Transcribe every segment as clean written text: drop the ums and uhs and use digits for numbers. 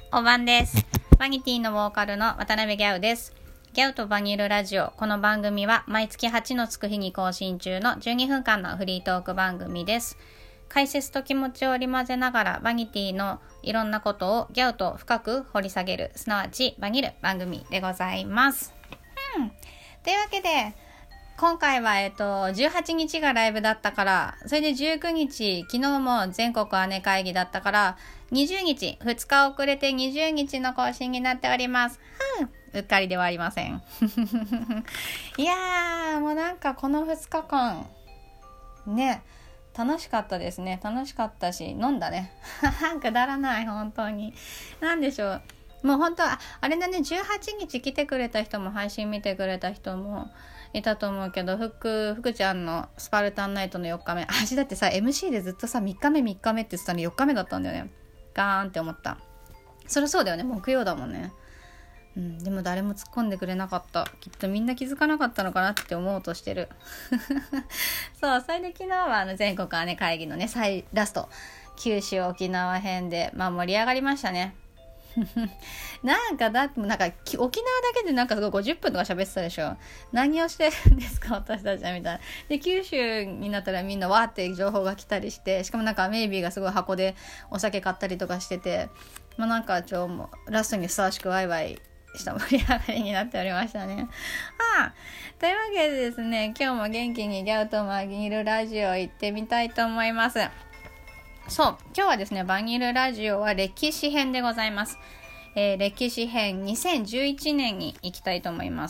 おばんです。バニティのボーカルの渡辺ギャウです。ギャウとバニルラジオ。この番組は毎月8のつく日に更新中の12分間のフリートーク番組です。解説と気持ちを織り交ぜながらバニティのいろんなことをギャウと深く掘り下げる、すなわちバニる番組でございます。というわけで、今回は18日がライブだったから、それで19日、昨日も全国姉会議だったから、20日、2日遅れて20日の更新になっております。うっかりではありません。いやー、もうなんかこの2日間、ね、楽しかったですね。楽しかったし、飲んだね。くだらない、本当に。なんでしょう。もう本当は、あれだね、18日来てくれた人も、配信見てくれた人もいたと思うけど、福ちゃんのスパルタンナイトの4日目。私だってさ、MC でずっとさ、3日目って言ってたの4日目だったんだよね。ガーンって思った。そりゃそうだよね、木曜だもんね。でも誰も突っ込んでくれなかった。きっとみんな気づかなかったのかなって思おうとしてる。そう、それで昨日は全国姉会議のね、ラスト、九州沖縄編で、盛り上がりましたね。なんか沖縄だけですごい50分とか喋ってたでしょ。何をしてるんですか私たちはみたいな。で九州になったらみんなわーって情報が来たりして、しかもメイビーがすごい箱でお酒買ったりとかしてて、もうラストにふさわしくワイワイした盛り上がりになっておりましたね。というわけでですね、今日も元気にギャウとマギルラジオ行ってみたいと思います。そう、今日はですね、バニルラジオは歴史編でございます。歴史編2011年に行きたいと思います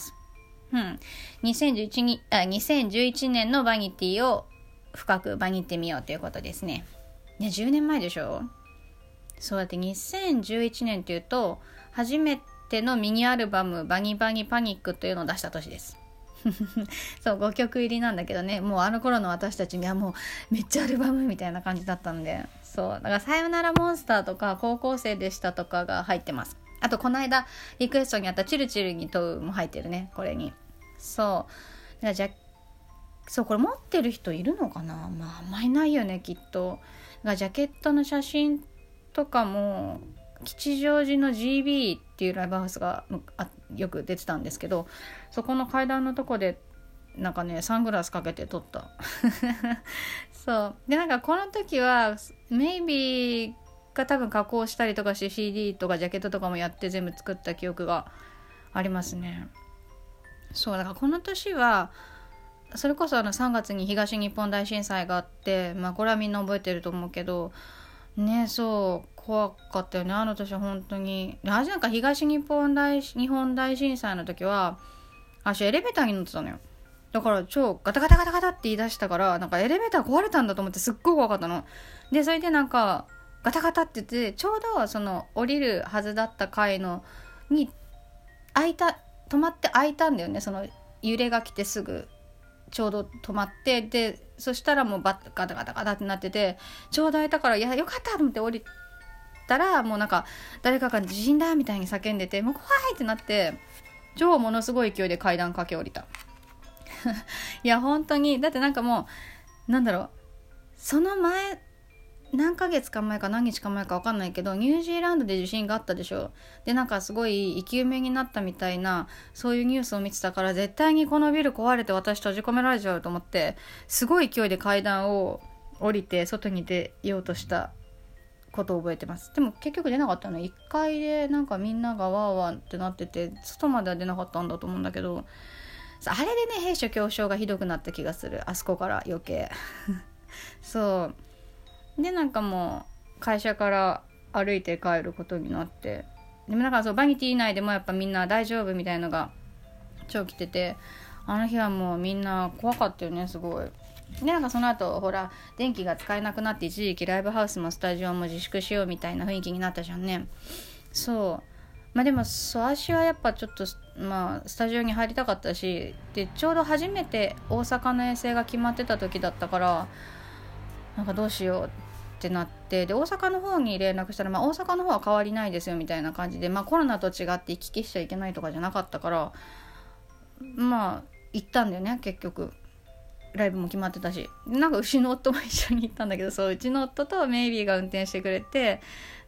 。2011年のバニティを深くバニってみようということですね。10年前でしょ。そうだって2011年っていうと、初めてのミニアルバムバニバニパニックというのを出した年です。そう5曲入りなんだけどね、もうあの頃の私たちにはもうめっちゃアルバムみたいな感じだったんで、そうだからさよならモンスターとか高校生でしたとかが入ってます。あとこの間リクエストにあったチルチルに問うも入ってるね、これに。そうだからそうこれ持ってる人いるのかな。あんまりないよねきっと。だからジャケットの写真とかも吉祥寺の GB っていうライブハウスがよく出てたんですけど、そこの階段のとこでサングラスかけて撮ったそうでこの時はメイビーが多分加工したりとかして CD とかジャケットとかもやって全部作った記憶がありますね。そうだからこの年はそれこそ3月に東日本大震災があって、これはみんな覚えてると思うけどね、そう怖かったよねあの年は本当に。東日本大震災の時は私エレベーターに乗ってたのよ。だから超ガタガタガタガタって言い出したから、エレベーター壊れたんだと思ってすっごい怖かったの。でそれでガタガタって言って、ちょうどその降りるはずだった階のに止まって開いたんだよね。その揺れが来てすぐちょうど止まって、でそしたらもうガタガタガタってなってて、ちょうど開いたからよかったと思って降りたら、もう誰かが地震だみたいに叫んでて、もう怖いってなって、超ものすごい勢いで階段駆け下りたいや本当に、だってもうその前何ヶ月か前か何日か前か分かんないけど、ニュージーランドで地震があったでしょ。ですごい生き埋めになったみたいな、そういうニュースを見てたから、絶対にこのビル壊れて私閉じ込められちゃうと思って、すごい勢いで階段を降りて外に出ようとしたことを覚えてます。でも結局出なかったの。1階でみんながワーワーってなってて、外までは出なかったんだと思うんだけど、あれでね閉所恐怖症がひどくなった気がする、あそこから余計そうでもう会社から歩いて帰ることになって、でもそうバニティ内でもやっぱみんな大丈夫みたいのが超来てて、あの日はもうみんな怖かったよね、すごい。でその後ほら電気が使えなくなって、一時期ライブハウスもスタジオも自粛しようみたいな雰囲気になったじゃんね。そうでも私はやっぱちょっとスタジオに入りたかったし、でちょうど初めて大阪の遠征が決まってた時だったから、どうしようってなって、で大阪の方に連絡したら、大阪の方は変わりないですよみたいな感じで、コロナと違って行き来しちゃいけないとかじゃなかったから、行ったんだよね結局。ライブも決まってたし、うちの夫も一緒に行ったんだけど、うちの夫とメイビーが運転してくれて、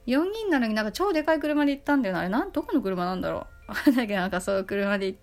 4人なのになんか超でかい車で行ったんだよな。あれどこの車なんだろう。わかんないけどなんかそういう車で行って、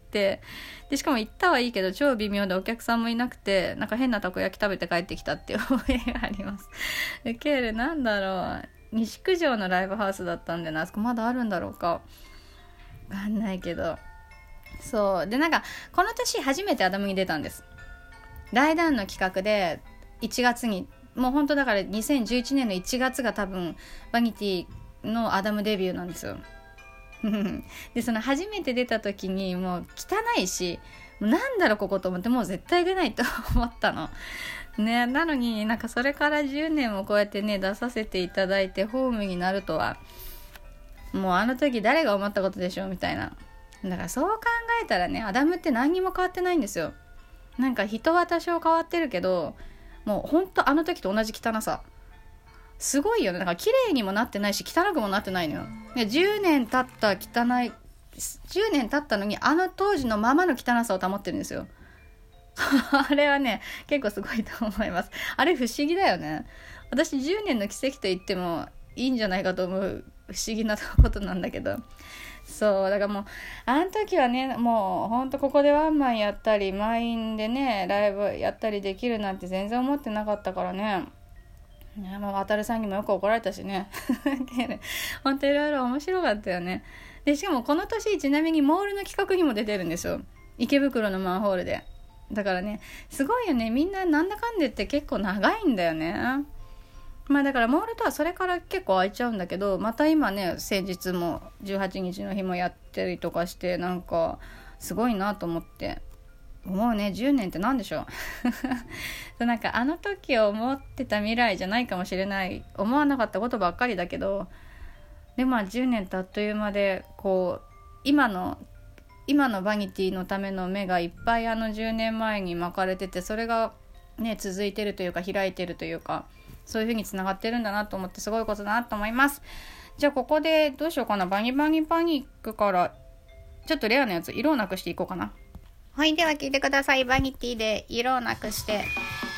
でしかも行ったはいいけど超微妙でお客さんもいなくて、なんか変なたこ焼き食べて帰ってきたっていう思いがあります。ウケる。なんだろう、西九条のライブハウスだったんだよな。あそこまだあるんだろうか、わかんないけど。そうで、なんかこの年初めてアダムに出たんです。ライダーンの企画で1月に、もう本当だから2011年の1月が多分バニティのアダムデビューなんですよ。でその初めて出た時にもう汚いし、なんだろうここと思って、もう絶対出ないと思ったのね。なのになんかそれから10年もこうやってね出させていただいてホームになるとは、もうあの時誰が思ったことでしょうみたいな。だからそう考えたらね、アダムって何にも変わってないんですよ。なんか人は多少変わってるけど、もうほんとあの時と同じ汚さ、すごいよね。なんか綺麗にもなってないし汚くもなってないのよ。10年経った10年経ったのにあの当時のままの汚さを保ってるんですよ。あれはね結構すごいと思います。あれ不思議だよね。私10年の奇跡と言ってもいいんじゃないかと思う不思議なことなんだけど、そうだからもうあの時はね、もうほんとここでワンマンやったり満員でねライブやったりできるなんて全然思ってなかったからね。もう渡るさんにもよく怒られたしねほんといろいろ面白かったよね。でしかもこの年ちなみにモールの企画にも出てるんですよ、池袋のマンホールで。だからねすごいよね、みんななんだかんでって結構長いんだよね。まあだからモールとはそれから結構空いちゃうんだけど、また今ね先日も18日の日もやったりとかして、なんかすごいなと思って思うね。10年って何でしょうなんかあの時思ってた未来じゃないかもしれない、思わなかったことばっかりだけど、でまあ10年ってあっという間で、こう今のバニティのための目がいっぱいあの10年前に巻かれてて、それがね続いてるというか開いてるというか、そういう風につながってるんだなと思ってすごいことだなと思います。じゃあここでどうしようかな、バニバニパニックからちょっとレアなやつ色をなくしていこうかな。はい、では聞いてください。バニティで色をなくして。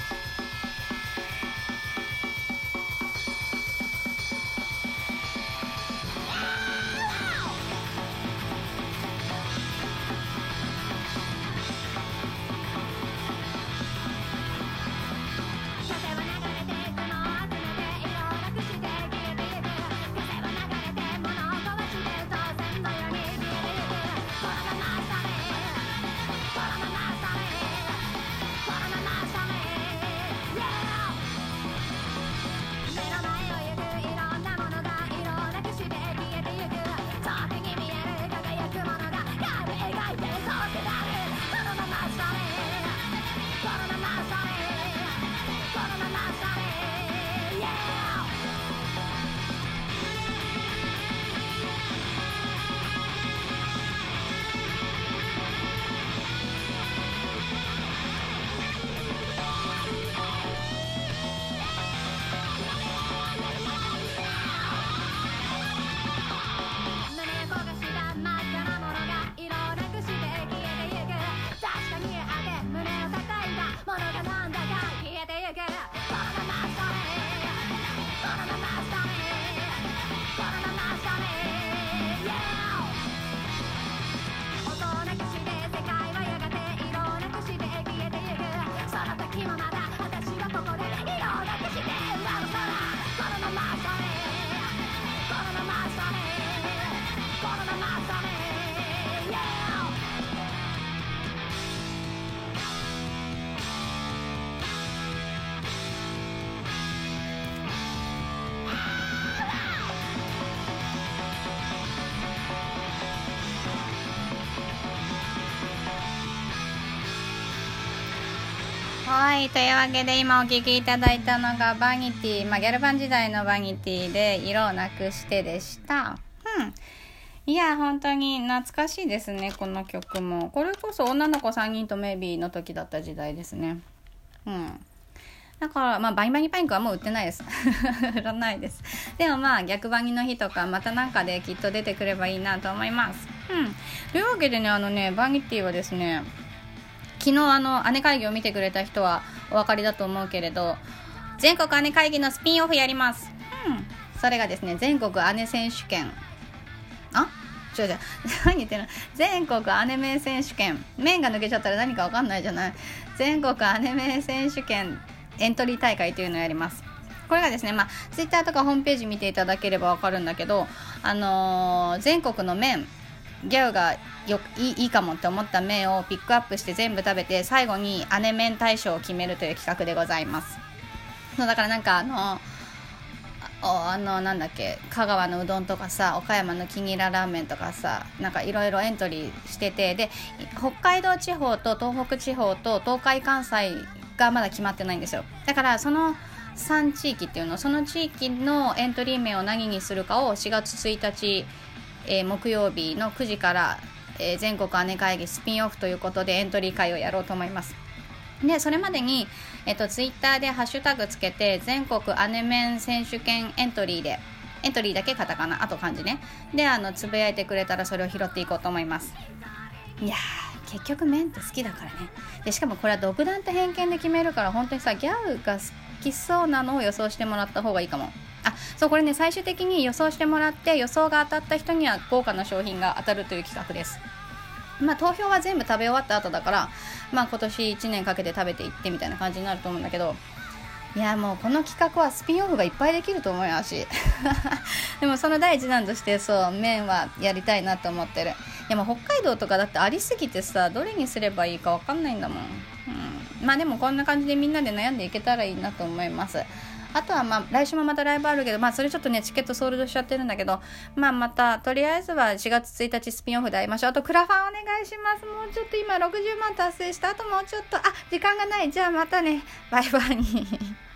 はい、というわけで今お聴きいただいたのがバニティ、ギャルバン時代のバニティで色をなくしてでした。いや本当に懐かしいですね。この曲もこれこそ女の子3人とメイビーの時だった時代ですね。だからバニバニパニックはもう売ってないです売らないです。でも逆バニの日とかまたなんかできっと出てくればいいなと思います。というわけでねバニティはですね、昨日姉会議を見てくれた人はお分かりだと思うけれど、全国姉会議のスピンオフやります。 それがですね、全国姉選手権、何言ってるの、全国姉妹選手権、面が抜けちゃったら何か分かんないじゃない。全国姉妹選手権エントリー大会というのをやります。これがですね、ツイッターとかホームページ見ていただければ分かるんだけど、全国の麺、ギャウがいいかもって思った麺をピックアップして全部食べて、最後に姉麺大賞を決めるという企画でございます。だからなんかなんだっけ、香川のうどんとかさ、岡山のキニララーメンとかさ、なんかいろいろエントリーしてて、で北海道地方と東北地方と東海関西がまだ決まってないんですよ。だからその3地域っていうの、その地域のエントリー名を何にするかを4月1日、木曜日の9時から、全国姉会議スピンオフということでエントリー会をやろうと思います。でそれまでに、ツイッターでハッシュタグつけて、全国姉麺選手権エントリーで、エントリーだけカタカナ、あと漢字ね、でつぶやいてくれたらそれを拾っていこうと思います。いやー、結局麺って好きだからね。でしかもこれは独断と偏見で決めるから、本当にさ、ギャウが好きそうなのを予想してもらった方がいいかも。これね、最終的に予想してもらって、予想が当たった人には豪華な商品が当たるという企画です。投票は全部食べ終わった後だから、今年1年かけて食べていってみたいな感じになると思うんだけど、いやもうこの企画はスピンオフがいっぱいできると思うよしでもその第一弾として、麺はやりたいなと思ってる。いやもう北海道とかだってありすぎてさ、どれにすればいいか分かんないんだもん。でもこんな感じでみんなで悩んでいけたらいいなと思います。あとは来週もまたライブあるけど、それちょっとねチケットソールドしちゃってるんだけど、またとりあえずは4月1日スピンオフで会いましょう。あとクラファンお願いします。もうちょっと今60万達成した。あともうちょっと時間がない。じゃあまたね、バイバイに